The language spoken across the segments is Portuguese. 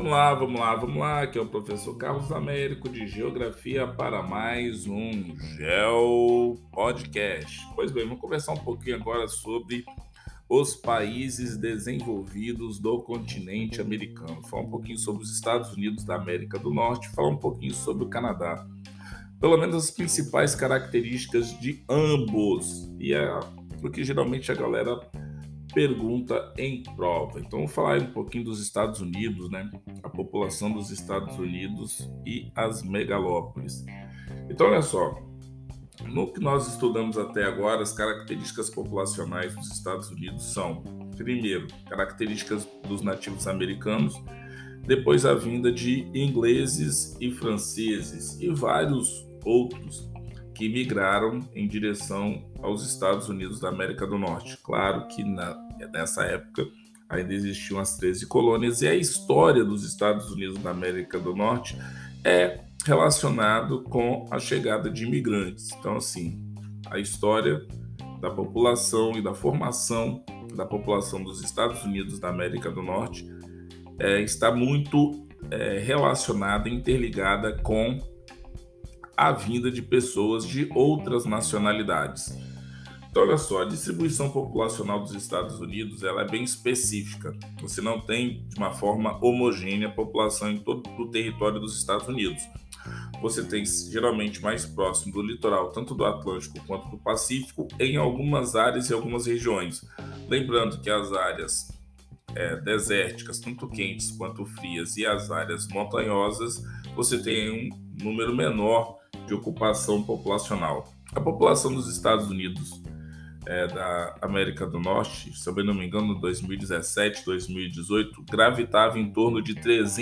Vamos lá. Aqui é o professor Carlos Américo de Geografia para mais um Geo Podcast. Pois bem, vamos conversar um pouquinho agora sobre os países desenvolvidos do continente americano. Falar um pouquinho sobre os Estados Unidos da América do Norte, falar um pouquinho sobre o Canadá. Pelo menos as principais características de ambos. E é o que geralmente a galera pergunta em prova. Então, vamos falar um pouquinho dos Estados Unidos, né? A população dos Estados Unidos e as megalópolis. Então, olha só, no que nós estudamos até agora, as características populacionais dos Estados Unidos são, primeiro, características dos nativos americanos, depois a vinda de ingleses e franceses e vários outros que migraram em direção aos Estados Unidos da América do Norte. Claro que nessa época ainda existiam as 13 colônias e a história dos Estados Unidos da América do Norte é relacionado com a chegada de imigrantes. Então, assim, a história da população e da formação da população dos Estados Unidos da América do Norte está muito relacionada, interligada com a vinda de pessoas de outras nacionalidades. Então, olha só, a distribuição populacional dos Estados Unidos ela é bem específica. Você não tem, de uma forma homogênea, a população em todo o território dos Estados Unidos. Você tem, geralmente, mais próximo do litoral, tanto do Atlântico quanto do Pacífico, em algumas áreas e algumas regiões. Lembrando que as áreas desérticas, tanto quentes quanto frias, e as áreas montanhosas, você tem um número menor de ocupação populacional. A população dos Estados Unidos da América do Norte, se eu não me engano, em 2017, 2018, gravitava em torno de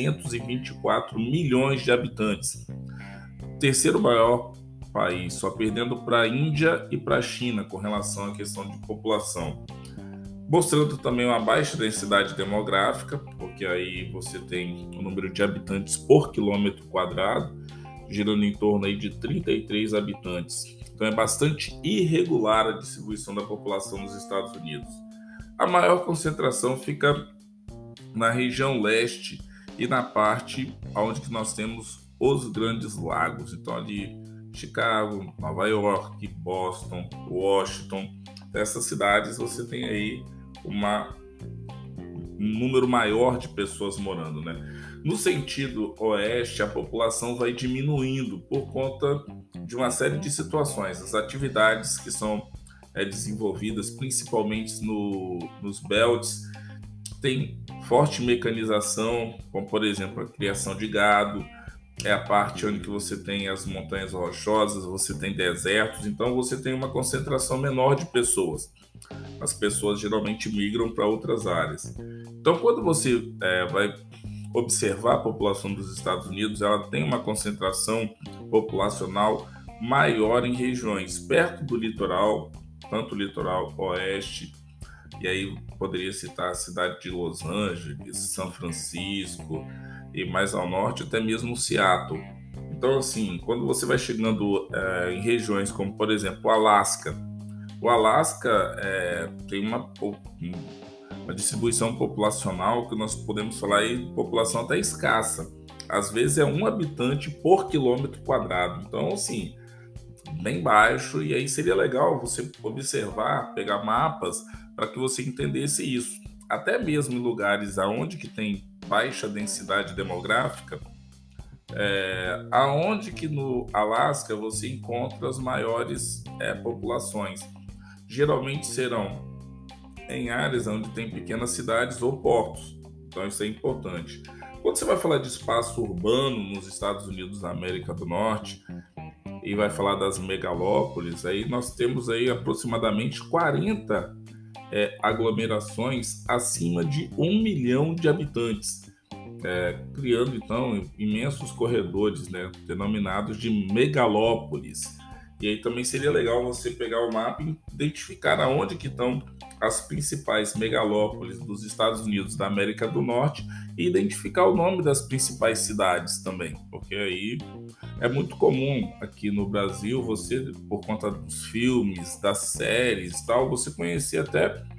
324 milhões de habitantes. Terceiro maior país, só perdendo para a Índia e para a China com relação à questão de população. Mostrando também uma baixa densidade demográfica, porque aí você tem o número de habitantes por quilômetro quadrado, girando em torno aí de 33 habitantes. Então é bastante irregular a distribuição da população nos Estados Unidos. A maior concentração fica na região leste e na parte onde que nós temos os grandes lagos. Então ali Chicago, Nova York, Boston, Washington, essas cidades você tem aí um número maior de pessoas morando, né? No sentido oeste, a população vai diminuindo por conta de uma série de situações. As atividades que são desenvolvidas, principalmente nos belts, tem forte mecanização, como por exemplo a criação de gado, é a parte onde que você tem as montanhas rochosas, você tem desertos, então você tem uma concentração menor de pessoas. As pessoas geralmente migram para outras áreas. Então, quando você vai observar a população dos Estados Unidos, ela tem uma concentração populacional maior em regiões perto do litoral, tanto o litoral oeste, e aí poderia citar a cidade de Los Angeles, São Francisco, e mais ao norte até mesmo Seattle. Então, assim, quando você vai chegando em regiões como, por exemplo, o Alasca tem uma distribuição populacional que nós podemos falar aí de população até escassa. Às vezes é um habitante por quilômetro quadrado. Então, assim, bem baixo. E aí seria legal você observar, pegar mapas para que você entendesse isso. Até mesmo em lugares aonde que tem baixa densidade demográfica, aonde que no Alasca você encontra as maiores populações. Geralmente serão em áreas onde tem pequenas cidades ou portos. Então isso é importante. Quando você vai falar de espaço urbano nos Estados Unidos da América do Norte e vai falar das megalópolis, aí nós temos aí aproximadamente 40 aglomerações acima de 1 milhão de habitantes, criando então imensos corredores, né, denominados de megalópolis. E aí também seria legal você pegar o mapa e identificar aonde que estão as principais megalópolis dos Estados Unidos da América do Norte e identificar o nome das principais cidades também, porque aí é muito comum aqui no Brasil você, por conta dos filmes, das séries e tal, você conhecer até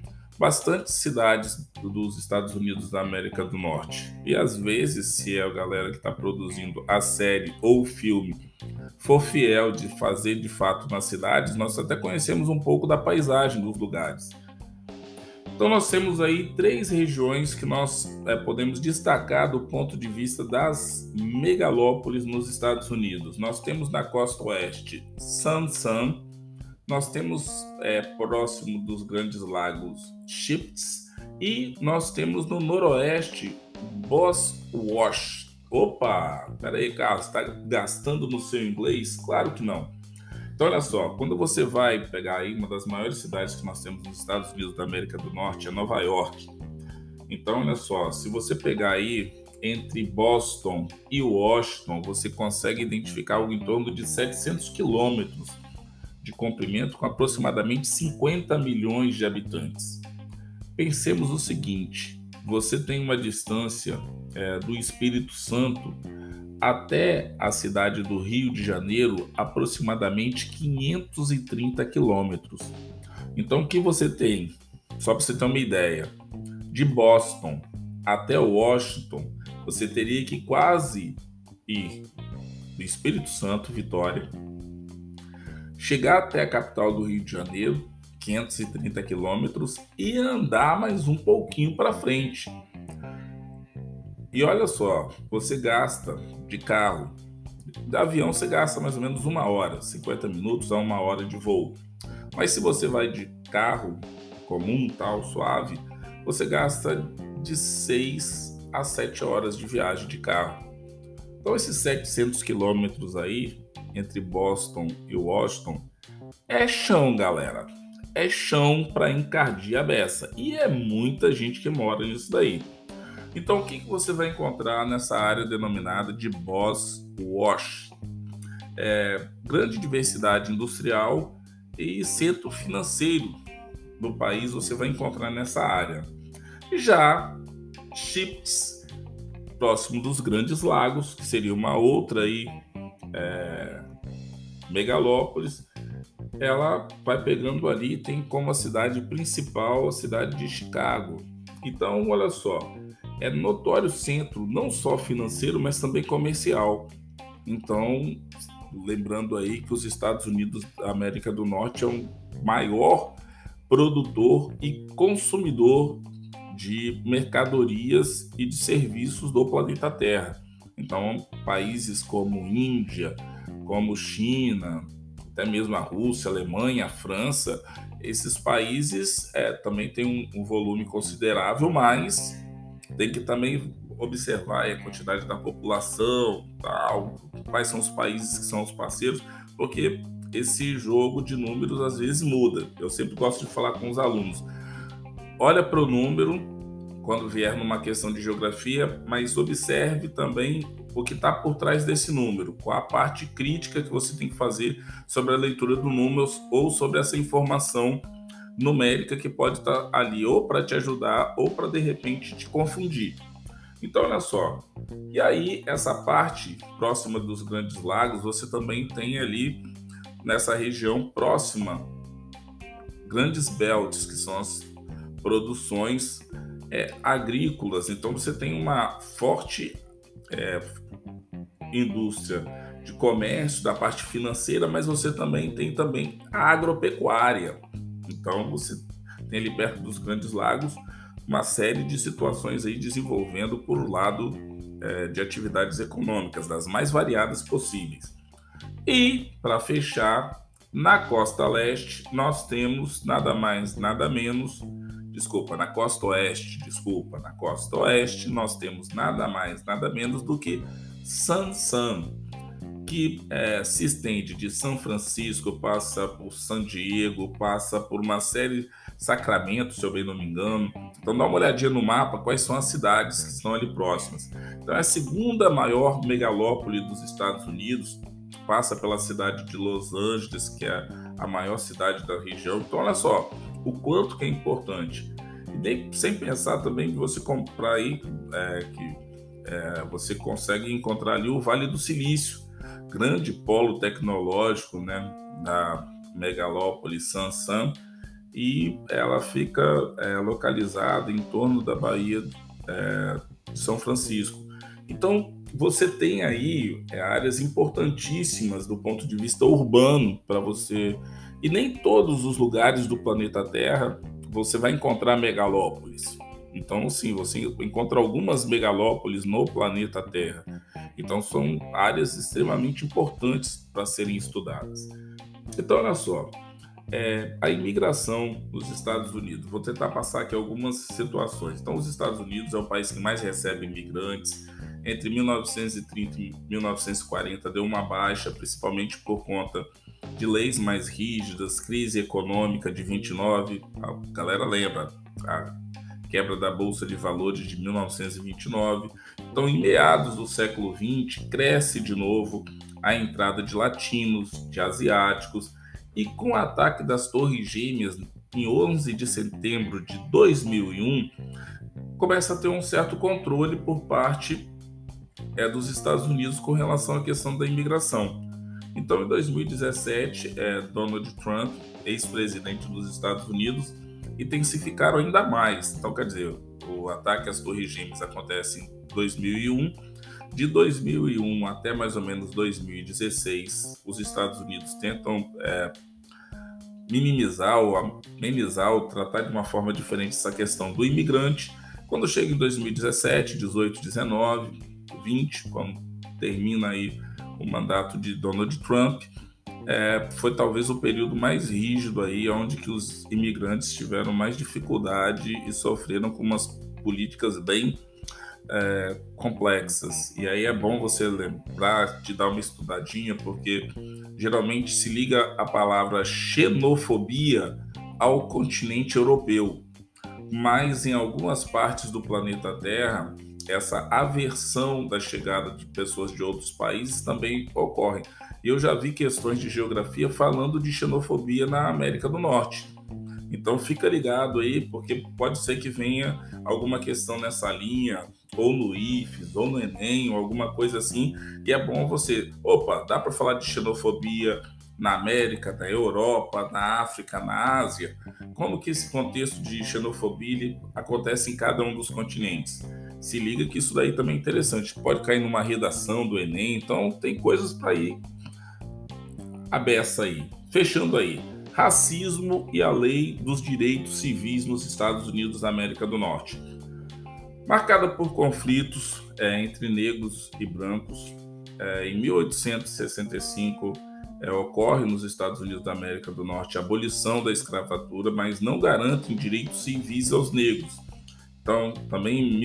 bastantes cidades dos Estados Unidos da América do Norte. E às vezes, se a galera que está produzindo a série ou o filme for fiel de fazer de fato nas cidades, nós até conhecemos um pouco da paisagem dos lugares. Então nós temos aí 3 regiões que nós podemos destacar do ponto de vista das megalópolis nos Estados Unidos. Nós temos na costa oeste San Sam, nós temos próximo dos Grandes Lagos Chips e nós temos no noroeste Boswash. Opa, peraí, Carlos, está gastando no seu inglês? Claro que não. Então, olha só, quando você vai pegar aí uma das maiores cidades que nós temos nos Estados Unidos da América do Norte, é Nova York. Então, olha só, se você pegar aí entre Boston e Washington, você consegue identificar algo em torno de 700 quilômetros de comprimento com aproximadamente 50 milhões de habitantes. Pensemos o seguinte, você tem uma distância do Espírito Santo até a cidade do Rio de Janeiro, aproximadamente 530 quilômetros. Então, o que você tem? Só para você ter uma ideia, de Boston até Washington, você teria que quase ir do Espírito Santo, Vitória, chegar até a capital do Rio de Janeiro, 530 quilômetros, e andar mais um pouquinho para frente. E olha só, você gasta de carro, de avião você gasta mais ou menos 1 hora, 50 minutos a 1 hora de voo. Mas se você vai de carro comum, tal, suave, você gasta de 6 a 7 horas de viagem de carro. Então esses 700 quilômetros aí, entre Boston e Washington, é chão, galera. É chão para encardir a beça. E é muita gente que mora nisso daí. Então, o que você vai encontrar nessa área denominada de Boswash? Grande diversidade industrial e centro financeiro do país você vai encontrar nessa área. Já Chips, próximo dos Grandes Lagos, que seria uma outra aí, megalópolis, ela vai pegando ali, tem como a cidade principal a cidade de Chicago. Então, olha só, é notório centro, não só financeiro, mas também comercial. Então, lembrando aí que os Estados Unidos da América do Norte é o maior produtor e consumidor de mercadorias e de serviços do planeta Terra. Então, países como Índia, como China, até mesmo a Rússia, a Alemanha, a França, esses países também têm um volume considerável, mas tem que também observar a quantidade da população, tal, quais são os países que são os parceiros, porque esse jogo de números às vezes muda. Eu sempre gosto de falar com os alunos. Olha para o número quando vier numa questão de geografia, mas observe também o que está por trás desse número, qual a parte crítica que você tem que fazer sobre a leitura do número ou sobre essa informação numérica que pode estar ali ou para te ajudar ou para de repente te confundir. Então olha só, e aí essa parte próxima dos Grandes Lagos, você também tem ali nessa região próxima grandes belts, que são as produções agrícolas. Então você tem uma forte indústria de comércio, da parte financeira, mas você também tem a agropecuária. Então você tem ali perto dos Grandes Lagos uma série de situações aí desenvolvendo por lado de atividades econômicas, das mais variadas possíveis. E, para fechar, na costa leste, nós temos nada mais, nada menos, na costa oeste, nós temos nada mais, nada menos do que San Sam, que se estende de São Francisco, passa por San Diego, passa por uma série, Sacramento, se eu bem não me engano. Então dá uma olhadinha no mapa, quais são as cidades que estão ali próximas. Então é a segunda maior megalópole dos Estados Unidos, passa pela cidade de Los Angeles, que é a maior cidade da região. Então olha só, o quanto que é importante. E nem, sem pensar também que você comprar aí, você consegue encontrar ali o Vale do Silício, grande polo tecnológico, né, da megalópole San Sam, e ela fica localizada em torno da Baía de São Francisco. Então, você tem aí áreas importantíssimas do ponto de vista urbano para você. E nem todos os lugares do planeta Terra você vai encontrar megalópolis. Então, sim, você encontra algumas megalópolis no planeta Terra. Então, são áreas extremamente importantes para serem estudadas. Então, olha só, a imigração nos Estados Unidos. Vou tentar passar aqui algumas situações. Então, os Estados Unidos é o país que mais recebe imigrantes. Entre 1930 e 1940 deu uma baixa, principalmente por conta de leis mais rígidas, crise econômica de 29, a galera lembra, a quebra da Bolsa de Valores de 1929. Então, em meados do século XX, cresce de novo a entrada de latinos, de asiáticos, e com o ataque das Torres Gêmeas em 11 de setembro de 2001, começa a ter um certo controle por parte dos Estados Unidos com relação à questão da imigração. Então, em 2017, Donald Trump, ex-presidente dos Estados Unidos, intensificaram ainda mais. Então, quer dizer, o ataque às Torres Gêmeas acontece em 2001. De 2001 até mais ou menos 2016, os Estados Unidos tentam minimizar ou amenizar ou tratar de uma forma diferente essa questão do imigrante. Quando chega em 2017, 18, 19, 20, quando termina aí o mandato de Donald Trump, foi talvez o período mais rígido aí, onde que os imigrantes tiveram mais dificuldade e sofreram com umas políticas bem complexas. E aí é bom você lembrar de dar uma estudadinha, porque geralmente se liga a palavra xenofobia ao continente europeu, mas em algumas partes do planeta Terra essa aversão da chegada de pessoas de outros países também ocorre. E eu já vi questões de geografia falando de xenofobia na América do Norte. Então fica ligado aí, porque pode ser que venha alguma questão nessa linha, ou no IFES, ou no Enem, ou alguma coisa assim, e é bom você, dá para falar de xenofobia na América, na Europa, na África, na Ásia? Como que esse contexto de xenofobia acontece em cada um dos continentes? Se liga que isso daí também é interessante, pode cair numa redação do Enem, então tem coisas para ir a beça aí. Fechando aí, racismo e a lei dos direitos civis nos Estados Unidos da América do Norte. Marcada por conflitos entre negros e brancos, em 1865 ocorre nos Estados Unidos da América do Norte a abolição da escravatura, mas não garante direitos civis aos negros. Então, também em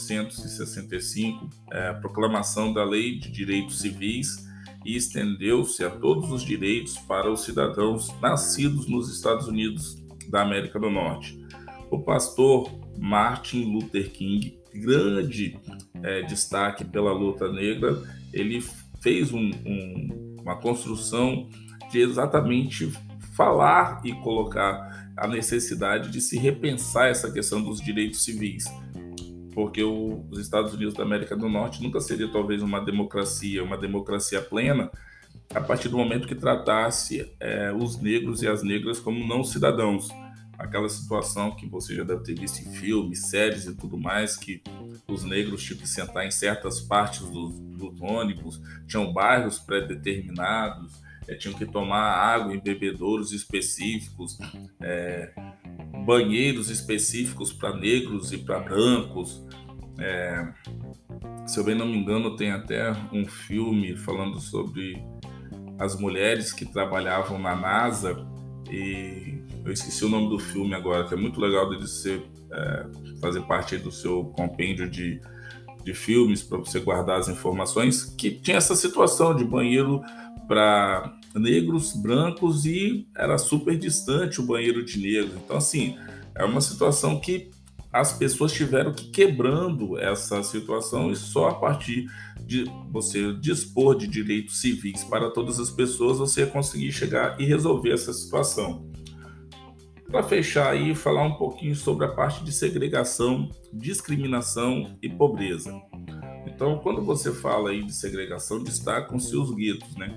1965, a proclamação da Lei de Direitos Civis e estendeu-se a todos os direitos para os cidadãos nascidos nos Estados Unidos da América do Norte. O pastor Martin Luther King, grande destaque pela luta negra, ele fez uma construção de exatamente falar e colocar a necessidade de se repensar essa questão dos direitos civis, porque os Estados Unidos da América do Norte nunca seria talvez uma democracia plena, a partir do momento que tratasse os negros e as negras como não cidadãos. Aquela situação que você já deve ter visto em filmes, séries e tudo mais, que os negros tinham que sentar em certas partes dos ônibus, tinham bairros pré-determinados, tinham que tomar água em bebedouros específicos, banheiros específicos para negros e para brancos. Se eu bem não me engano, tem até um filme falando sobre as mulheres que trabalhavam na NASA, e eu esqueci o nome do filme agora, que é muito legal de você fazer parte do seu compêndio de filmes para você guardar as informações, que tinha essa situação de banheiro para negros, brancos, e era super distante o banheiro de negros. Então, assim, é uma situação que as pessoas tiveram que ir quebrando essa situação, e só a partir de você dispor de direitos civis para todas as pessoas você ia conseguir chegar e resolver essa situação. Para fechar aí, falar um pouquinho sobre a parte de segregação, discriminação e pobreza. Então, quando você fala aí de segregação, destacam-se os guetos, né?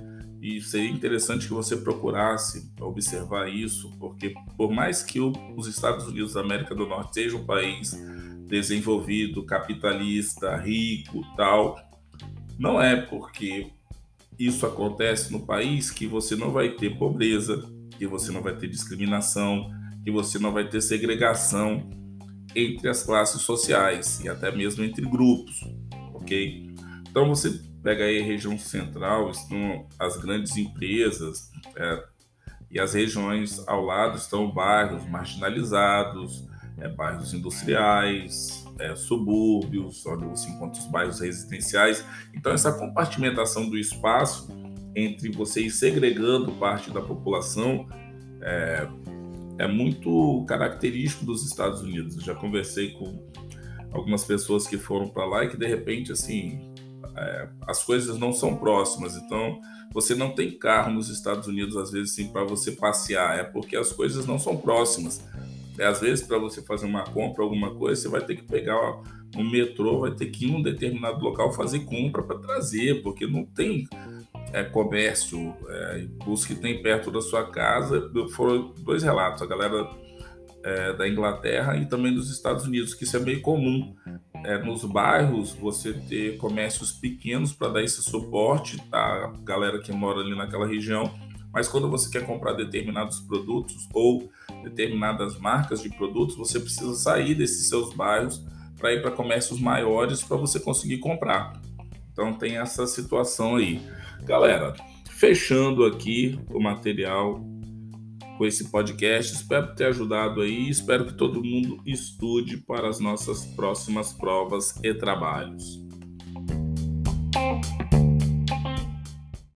E seria interessante que você procurasse observar isso, porque por mais que os Estados Unidos da América do Norte seja um país desenvolvido, capitalista, rico, tal, não é porque isso acontece no país que você não vai ter pobreza, que você não vai ter discriminação, que você não vai ter segregação entre as classes sociais e até mesmo entre grupos, ok? Então você pega aí a região central, estão as grandes empresas, e as regiões ao lado estão bairros marginalizados, bairros industriais, subúrbios, onde você encontra os bairros residenciais. Então essa compartimentação do espaço entre você ir segregando parte da população é muito característico dos Estados Unidos. Eu já conversei com algumas pessoas que foram para lá e que de repente assim as coisas não são próximas. Então você não tem carro nos Estados Unidos às vezes assim, para você passear, é porque as coisas não são próximas. Às vezes para você fazer uma compra, alguma coisa, você vai ter que pegar um metrô, vai ter que ir em um determinado local fazer compra para trazer, porque não tem comércio, os que tem perto da sua casa. Foram dois relatos, a galera da Inglaterra e também dos Estados Unidos, que isso é meio comum. Nos bairros, você ter comércios pequenos para dar esse suporte à galera que mora ali naquela região, mas quando você quer comprar determinados produtos ou determinadas marcas de produtos, você precisa sair desses seus bairros para ir para comércios maiores para você conseguir comprar. Então tem essa situação aí. Galera, fechando aqui o material com esse podcast, espero ter ajudado aí, espero que todo mundo estude para as nossas próximas provas e trabalhos.